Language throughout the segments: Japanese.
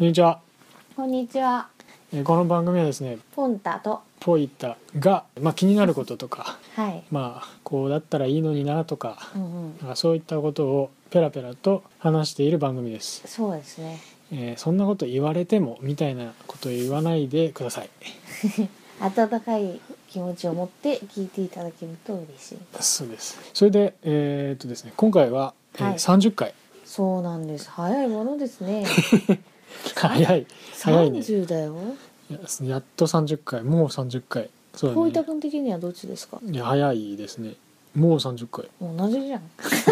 こんにちは。 こんにちは。 この番組はですね、 ポンタと、 ポイタが、気になることとか、 はい。 こうだったらいいのになとか、 うんうん。 そういったことをペラペラと話している番組です。 そうですね。 そんなこと言われてもみたいなことを言わないでください。 温かい気持ちを持って聞いていただけると嬉しい。 そうです。それで、ですね、今回は、 はい 30回。 そうなんです。早いものですね。 早いね。 30だよ。 やっと30回、もう30回。そうだね。 こういた君的にはどっちですか？ いや早いですね。もう30回。 同じじゃん。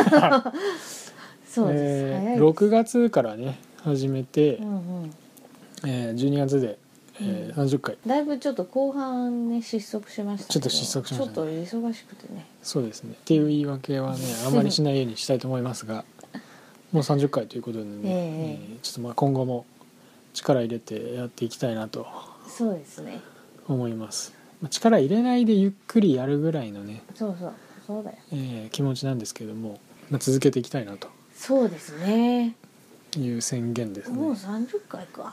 そうです。早いです。 6月からね始めて、 うんうん。 12月で、30回。 だいぶちょっと後半ね失速しましたけど。 ちょっと失速しましたね。 ちょっと忙しくてね。 そうですね。っていう言い訳はねあまりしないようにしたいと思いますが、もう30回ということでね、ちょっと今後も力入れてやっていきたいなとそうですね。 思います。力入れないでゆっくりやるぐらいのね、 そうだよ。 気持ちなんですけども、続けていきたいなとそうですね。 いう宣言ですね。 もう30回か。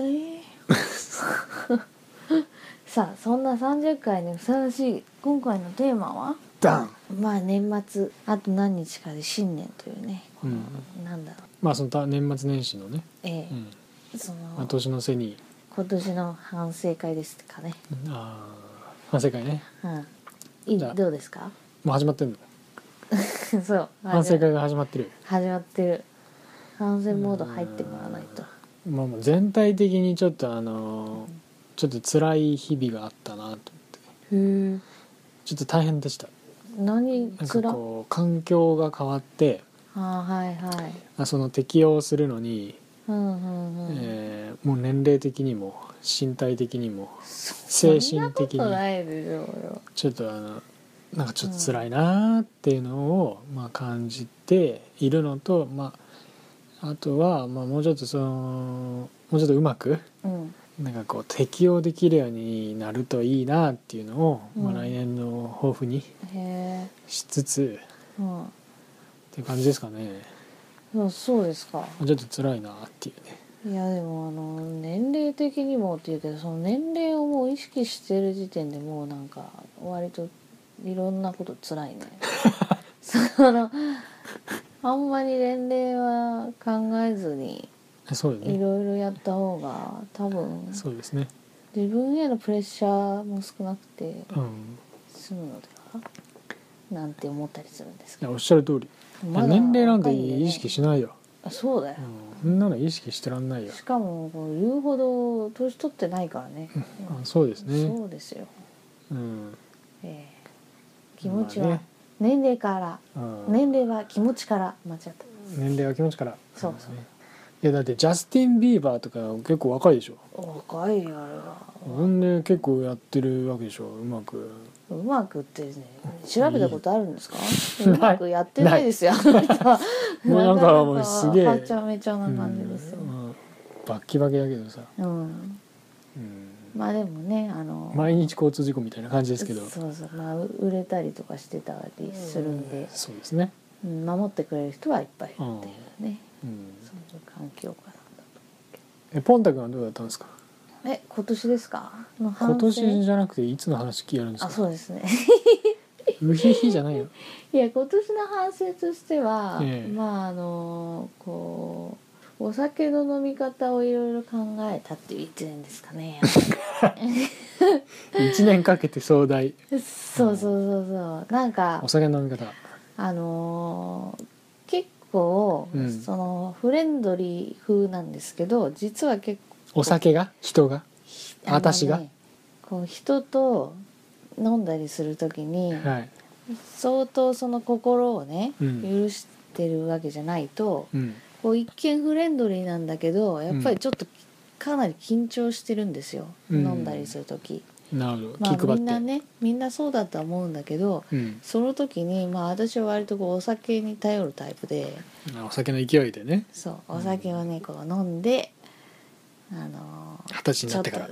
さあそんな30回にふさわしい今回のテーマはダン。 年末あと何日かで新年というね、なんだろう、 その年末年始のね、 その、 年の瀬に今年の反省会ですかね。 反省会ね。 どうですか？ もう始まってんの？ そう反省会が始まってる。 反省モード入ってもらわないと。 全体的にちょっとちょっと辛い日々があったなと思って、ちょっと大変でした。 何なんかこう環境が変わって、その適応するのに、もう年齢的にも身体的にも精神的にちょっとなんかちょっと辛いなっていうのを感じているのと、あとはもうちょっともうちょっとうまく、なんかこう適応できるようになるといいなっていうのを、来年の抱負にしつつ、っていう感じですかね。 そうですか。 ちょっと辛いなっていうね。 いやでも年齢的にもっていうけど、その年齢をもう意識してる時点でもうなんか割といろんなこと辛いね。あんまり年齢は考えずにいろいろやった方が多分そうですね。 自分へのプレッシャーも少なくて済むのではなんて思ったりするんですけど。 おっしゃる通り。年齢なんて意識しないよ。 そうだよ。 そんなの意識してらんないよ。 しかも言うほど年取ってないからね。 そうですね。 そうですよ。気持ちは年齢から、年齢は気持ちから間違った。 年齢は気持ちから。 そう。 いやだってジャスティン・ビーバーとか結構若いでしょ。 若いよあれは。 ほんで結構やってるわけでしょ。うまくってね、調べたことあるんですか？うまくやってないですよ。もうなんかもうすげえはちゃめちゃな感じですよ。 バッキバキだけどさ。 でもね毎日交通事故みたいな感じですけど。 売れたりとかしてたりするんで。 そうですね。 守ってくれる人はいっぱいいるっていうね。そういう環境下なんだと思う。ポンタ君はどうだったんですか？ 今年ですか？ 今年じゃなくていつの話やるんですか？ そうですね。 うひひじゃないよ。 いや今年の反省としては、こうお酒の飲み方をいろいろ考えたっていう一年ですかね。 1年かけて壮大。 そうなんかお酒の飲み方結構、そのフレンドリー風なんですけど、実は結構お酒が人が私がこう人と飲んだりする時に、相当その心をね、許してるわけじゃないと、こう一見フレンドリーなんだけどやっぱりちょっとかなり緊張してるんですよ、飲んだりする時。 なるほど。 みんなそうだとは思うんだけど、その時に私は割とこうお酒に頼るタイプで、 お酒の勢いでね。 そうお酒をねこう飲んで 20歳になってから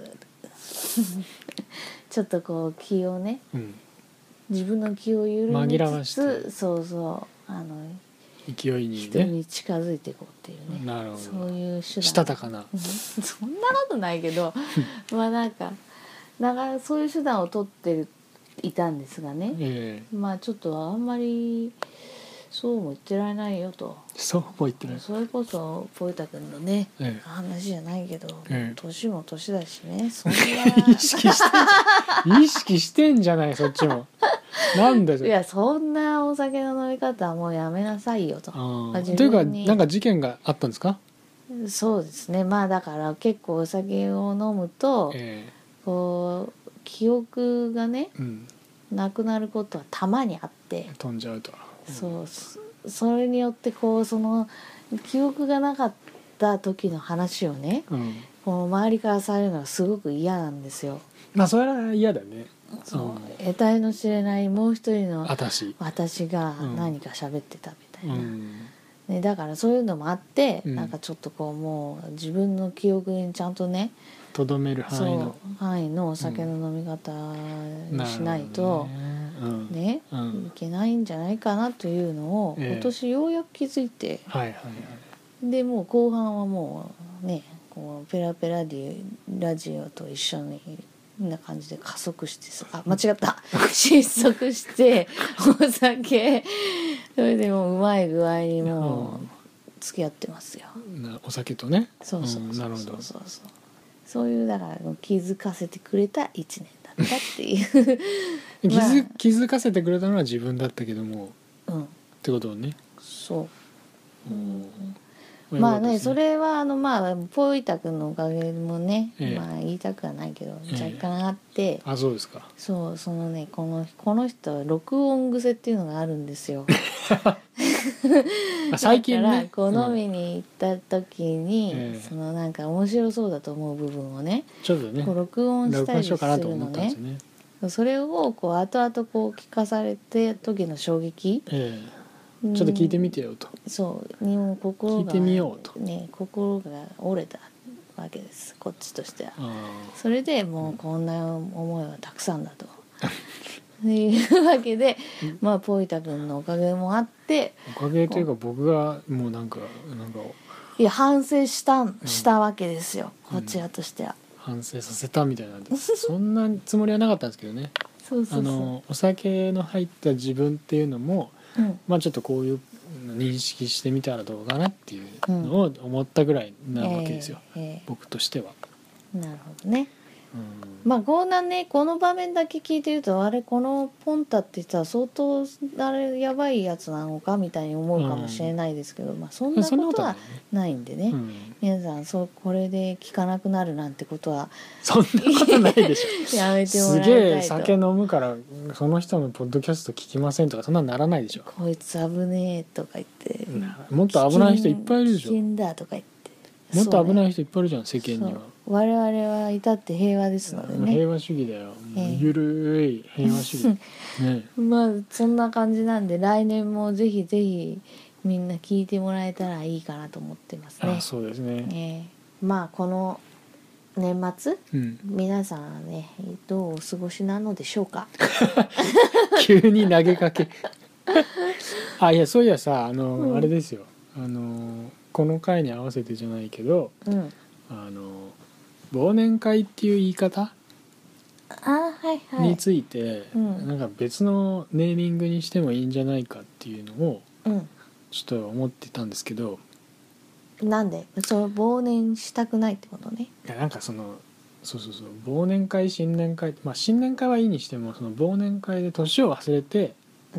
ちょっとこう気をね、自分の気を緩めつつ、 勢いにね人に近づいていこうっていうね。 なるほど。 そういう手段。 したたかな。 そんなことないけどまあなんかそういう手段を取っていたんですがね、まあちょっとあんまりそうも言ってられないよと。 そうも言ってない。 それこそポイタ君のね、話じゃないけど、年も年だしね、そんな意識してんじゃないそっちも。なんで。 いやそんなお酒の飲み方はもうやめなさいよと。 というかなんか事件があったんですか？ そうですね。まあだから結構お酒を飲むと、こう記憶がね、なくなることはたまにあって飛んじゃうと。 それによってこうその記憶がなかった時の話をね、この周りからされるのがすごく嫌なんですよ。 まあそれは嫌だね。 得体の知れないもう一人の私が何か喋ってたみたいな、ね、だからそういうのもあって、なんかちょっとこうもう自分の記憶にちゃんとねとどめる範囲のお酒の飲み方にしないと、ね、いけないんじゃないかなというのを今年ようやく気づいて、でもう後半はもうねこうペラペララジオと一緒にな感じで加速して間違った失速してお酒それでもうまい具合にもう付き合ってますよ。 お酒とね。 そういうだから気づかせてくれた1年だったっていう気づかせてくれたのは自分だったけども、ってことね。 そう、まあねそれはまあポイタ君のおかげもね、まあ言いたくはないけど若干あって、 そうですか。 そのねこの人は録音癖っていうのがあるんですよ。 最近ね。 だからこう飲みに行った時に、そのなんか面白そうだと思う部分をね、 ちょっとねこう録音したりするのね。それをこう後々こう聞かされて時の衝撃、 ちょっと聞いてみてよと。 そうにも心が、 聞いてみようとね、心が折れたわけですこっちとしては。それでもうこんな思いはたくさんだというわけで、まあポイタ君のおかげもあって、 おかげというか僕がもうなんかいや反省したわけですよ、こちらとしては。 反省させたみたいなんでそんなつもりはなかったんですけどね。お酒の入った自分っていうのも、まあちょっとこういう認識してみたらどうかなっていうのを思ったぐらいなわけですよ、僕としては。 なるほどね。まあこんなねこの場面だけ聞いてるとあれこのポンタって言ったら相当あれやばいやつなのかみたいに思うかもしれないですけど、まあそんなことはないんでね、皆さんこれで聞かなくなるなんてことはそんなことないでしょやめてもらいたいと。 すげえ酒飲むからその人のポッドキャスト聞きませんとかそんなならないでしょ。 こいつ危ねえとか言って、 もっと危ない人いっぱいいるでしょ。 危険だとか言ってもっと危ない人いっぱいいるじゃん世間には。 我々は至って平和ですのでね。 平和主義だよ、ゆるい平和主義、 まあそんな感じなんで来年もぜひぜひみんな聞いてもらえたらいいかなと思ってますね。 そうですね、 まあこの年末、皆さんはねどうお過ごしなのでしょうか。 急に投げかけいやそういやさあれですよこの回に合わせてじゃないけど、忘年会っていう言い方について、なんか別のネーミングにしてもいいんじゃないかっていうのをちょっと思ってたんですけど、 なんで忘年したくないってことね。 いやなんかそう忘年会新年会、まあ新年会はいいにしてもその忘年会で年を忘れて、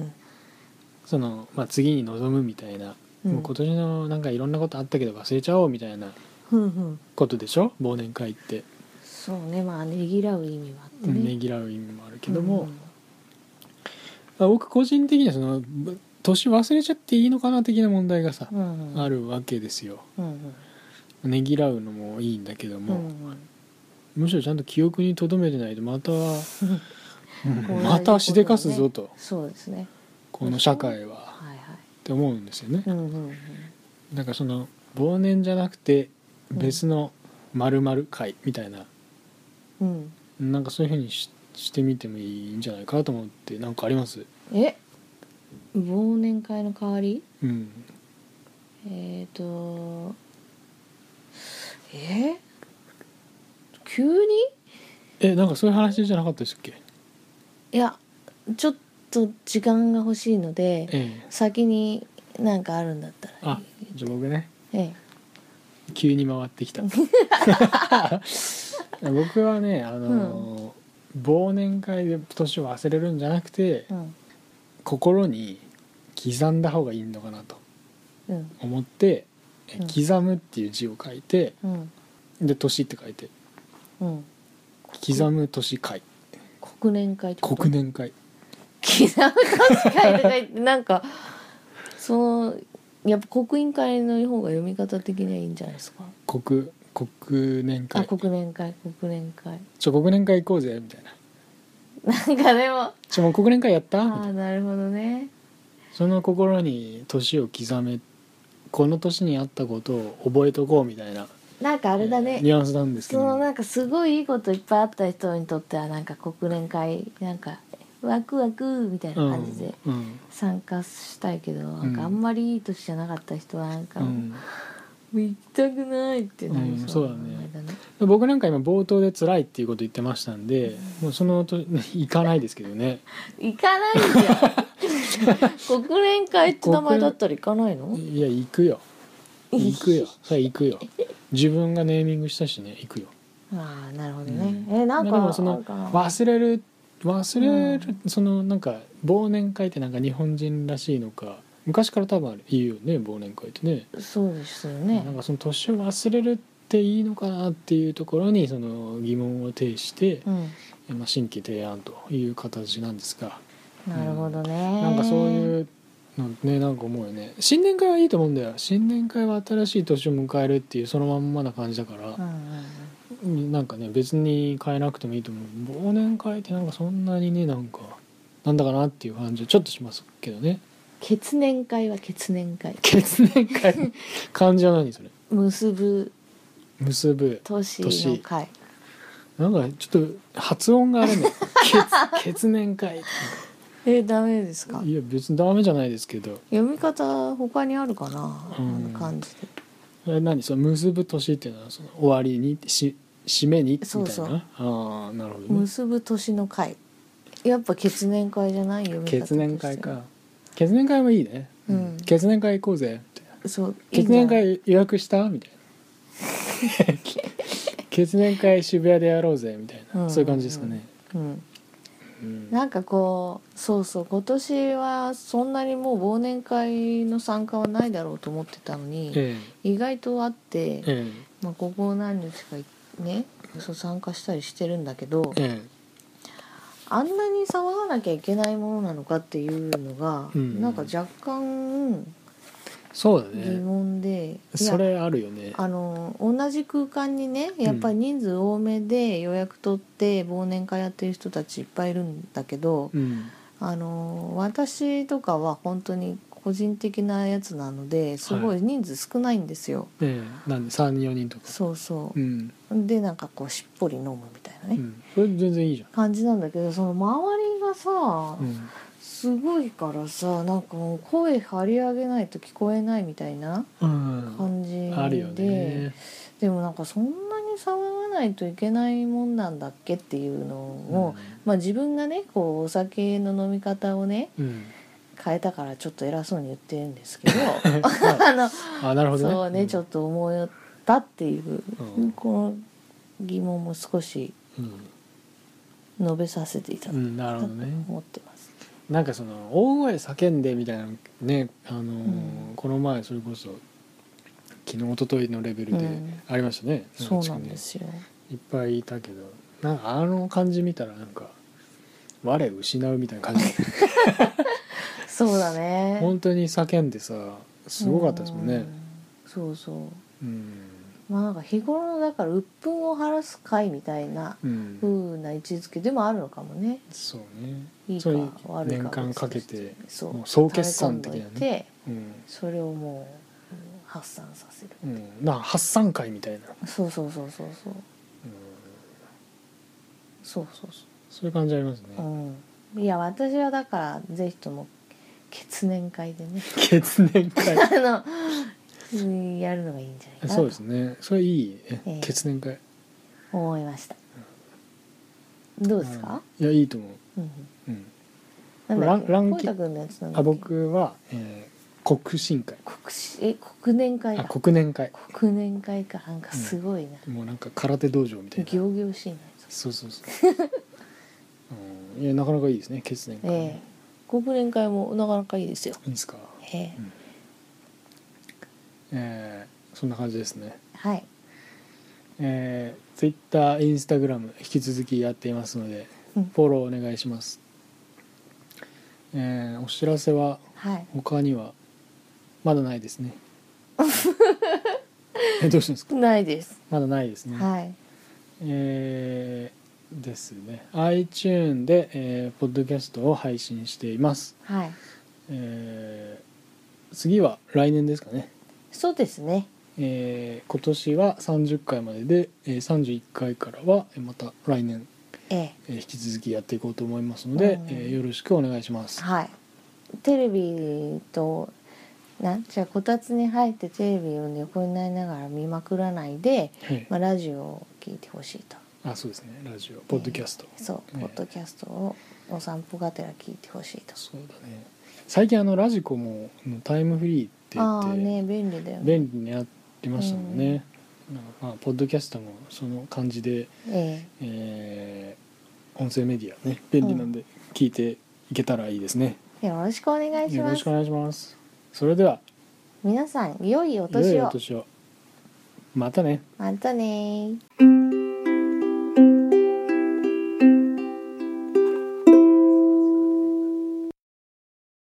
次に臨むみたいな、もう今年のなんかいろんなことあったけど忘れちゃおうみたいなことでしょ、忘年会って。 そうね、まあねぎらう意味もあってね、 ねぎらう意味もあるけども、僕個人的にはその年忘れちゃっていいのかな的な問題がさ、あるわけですよ、ねぎらうのもいいんだけども、むしろちゃんと記憶に留めてないとまたしでかすぞと、 そうですね、 この社会は、って思うんですよね。だからその忘年じゃなくて別の〇〇会みたいな、なんかそういう風にしてみてもいいんじゃないかと思って。なんかあります？ 忘年会の代わり？ 急になんかそういう話じゃなかったですっけ？ いやちょっと時間が欲しいので、先に何かあるんだったらじゃあ僕ね、急に回ってきた僕はね忘年会で年を忘れるんじゃなくて、心に刻んだ方がいいのかなと思って、刻むっていう字を書いて、で年って書いて、刻む年会、 国年会ってこと？ 国年会、 刻む年会とか言ってなんかやっぱ国印会の方が読み方的にはいいんじゃないですか？国年会、国年会国年会行こうぜみたいな。なんかでももう国年会やった？ なるほどね。 その心に年を刻め、この年にあったことを覚えとこうみたいな、 なんかあれだね、 ニュアンスなんですけど、 なんかすごいいいこといっぱいあった人にとってはなんか国連会なんかワクワクみたいな感じで参加したいけど、なんかあんまりいい年じゃなかった人はなんか、行きたくないってなりそうだね。 僕なんか今冒頭で辛いっていうこと言ってましたんで、もうその行かないですけどね。 行かないじゃん国連会って名前だったら行かないの？ いや行くよそれ行くよ自分がネーミングしたしね、行くよ。 なるほどね。なんかでもその忘れるそのなんか忘年会ってなんか日本人らしいのか、昔から多分言うよね、忘年会ってね。 そうですよね。 なんかその年を忘れるっていいのかなっていうところにその疑問を呈して、新規提案という形なんですが。 なるほどね。 なんかそういうのね、なんか思うよね。新年会はいいと思うんだよ。新年会は新しい年を迎えるっていうそのまんまな感じだから、なんかね別に変えなくてもいいと思う。忘年会ってなんかそんなにね、なんかなんだかなっていう感じはちょっとしますけどね。 血年会は血年会漢字は何それ？ 結ぶ年の会。 なんかちょっと発音があれね血年会ダメですか？ いや別にダメじゃないですけど、 読み方他にあるかな、感じで。 何その結ぶ年っていうのはその終わりに締めにみたいな。 そうなるほどね。 結ぶ年の会、やっぱ血年会じゃない読み方として。 血年会か。血年会もいいね、血年会行こうぜみたいな。 そう血年会予約したみたいな血年会渋谷でやろうぜみたいな、そういう感じですかね。 なんかこう今年はそんなにもう忘年会の参加はないだろうと思ってたのに、意外とあって、ここ何日かね参加したりしてるんだけど、あんなに騒がなきゃいけないものなのかっていうのが、なんか若干そうだね、 疑問で、 それあるよね。 同じ空間にねやっぱり人数多めで予約取って忘年会やってる人たちいっぱいいるんだけど、私とかは本当に個人的なやつなのですごい人数少ないんですよ。 なんで 3,4 人とか。 そう、でなんかこうしっぽり飲むみたいなね、 それ全然いいじゃん感じなんだけど、その周りがさ、すごいからさ、なんかもう声張り上げないと聞こえないみたいな感じで、 あるよね。 でもなんかそんなに騒がないといけないもんなんだっけっていうのを、自分がねこうお酒の飲み方をね、変えたからちょっと偉そうに言ってるんですけどなるほどね。 そうね、ちょっと思ったっていう、この疑問も少し述べさせていただいたと思ってます。 なんかその大声叫んでみたいなね、この前それこそ昨日一昨日のレベルでありましたね。 そうなんですよ。 いっぱいいたけど、なんかあの感じ見たらなんか我失うみたいな感じそうだね。 本当に叫んでさ、すごかったですもんね。 そう。なんか日頃のだから鬱憤を晴らす会みたいな風な位置づけでもあるのかもね。 そうね。 いいか悪いか年間かけて総決算的なね。 それをもう発散させる。 発散会みたいな。 そう。 そういう感じありますね。 いや私はだからぜひとも血年会でね。 血年会。 やるのがいいんじゃないかなと。 そうですね。それいいね、血年会思いました。どうですか？ いやいいと思う。 なんだっけ？小田君のやつなんだっけ？ 僕は、国新会。 国年会だ。 国年会。 国年会か、なんかすごいな。 もうなんか空手道場みたいな。 仰々しいな。 そうそうそう。いやなかなかいいですね、血年会。 国年会もなかなかいいですよ。 いいですか。そんな感じですね。 はい。 Twitter、Instagram 引き続きやっていますので、フォローお願いします。お知らせは他にはまだないですね。どうしたんですか？ ないです。 まだないですね。 はい。 ですね。iTunes で、ポッドキャストを配信しています。 はい。 次は来年ですかね。 そうですね。 今年は30回までで、31回からはまた来年、引き続きやっていこうと思いますので、よろしくお願いします。 はい。テレビとじゃあこたつに入ってテレビを横になりながら見まくらないで、ラジオを聞いてほしいと。 そうですね。ラジオ、ポッドキャスト。 そう、ポッドキャストをお散歩がてら聞いてほしいと。 そうだね。最近ラジコもタイムフリーって言ってね、便利だよね。 便利になりましたもんね。ポッドキャストもその感じで、音声メディアね便利なんで聞いていけたらいいですね。 よろしくお願いします。 よろしくお願いします。それでは皆さん良いお年を。 またね。 またね。